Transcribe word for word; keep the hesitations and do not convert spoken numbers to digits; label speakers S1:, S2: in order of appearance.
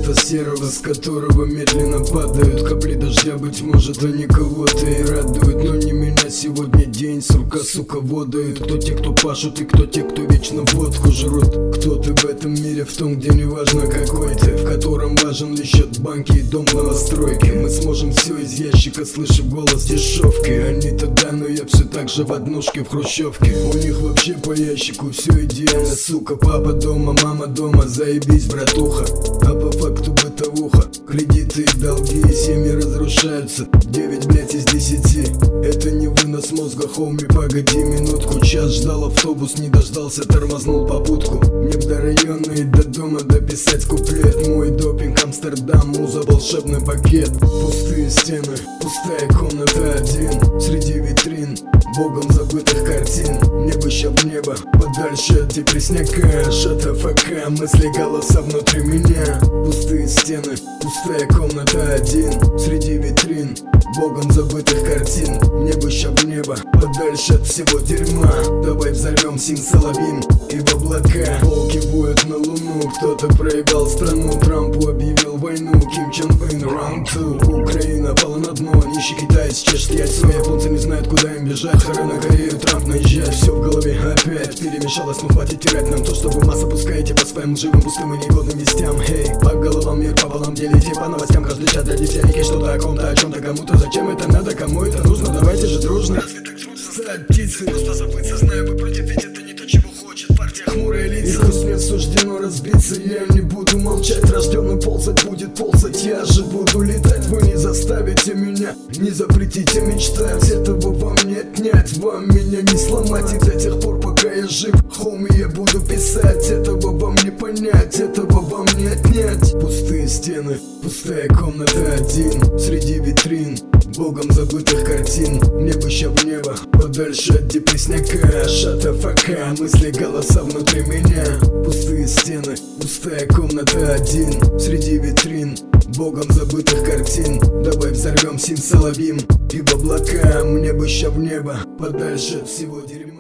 S1: цвета серого, с которого медленно падают капли дождя. Быть может, они кого-то и радуют, но не меня. Сегодня день, сурка, сука, водают. Кто те, кто пашут, и кто те, кто вечно водку жрут. Кто ты в этом мире, в том, где не важно какой ты, в котором важен лишь счет банки и дом новостройки. Мы сможем все из ящика, слышу голос дешевки. Они-то да, но я все так же в однушке в хрущевке. У них вообще по ящику все идеально, сука. Папа дома, мама дома, заебись, братуха. А по факту бытовуха, кредиты и долги, и семьи разрушаются. Девять, блять, из десяти. Это не вынос мозга, хоуми, погоди минутку. Час ждал автобус, не дождался, тормознул попутку. Мне б до района и до дома дописать куплет. Мой допинг, Амстердам, муза, волшебный пакет. Пустые стены, пустая комната, один среди витрин богом забытых картин. Небо щап небо, подальше от депресняка. Шата ФК, мысли, голоса внутри меня. Пустые стены, пустая комната, один среди витрин богом забытых картин. Небо щап небо, подальше от всего дерьма. Давай взорвем симсалабим и в облака. Волки воют на луну, кто-то проебал страну. Трампу объявил войну, Ким Чен Ын, раунд ту. Украина пала на дно, нищий китаец чешет яйцо. Японцы не знают, куда им бежать. Хара на Корею, Трамп наезжает. Все в голове опять перемешалось, но хватит терять нам то, что вы масса пускаете по своим живым, пустым и негодным вестям. Хей, по головам мир пополам делите, по новостям каждый час для детей. Что-то о ком-то, о чем-то, кому-то. Зачем это надо, кому это нужно? Давайте же дружно. Разве так трудно стать птицей? Просто забыться, знаю, вы против, ведь это не то, чего хочет партия. Хмурые лица, их усмет суждено разбиться. Я не буду молчать, рожденный ползать будет ползать. Я же буду летать, вы не заставите меня, не запретите мечтать. Этого вам не отнять, вам меня не сломать. И до тех пор, пока я жив, хоуми, я буду писать. Этого вам не понять, этого вам не отнять. Пустые стены, пустая комната, один среди витрин богом забытых картин. Небо щап небо, подальше от депресняка. Шата ФК, мысли, голоса внутри меня. Пустые стены, пустая комната, один среди витрин богом забытых картин. Давай взорвем симсалабим и в облака. Небо щап небо, подальше от всего дерьма.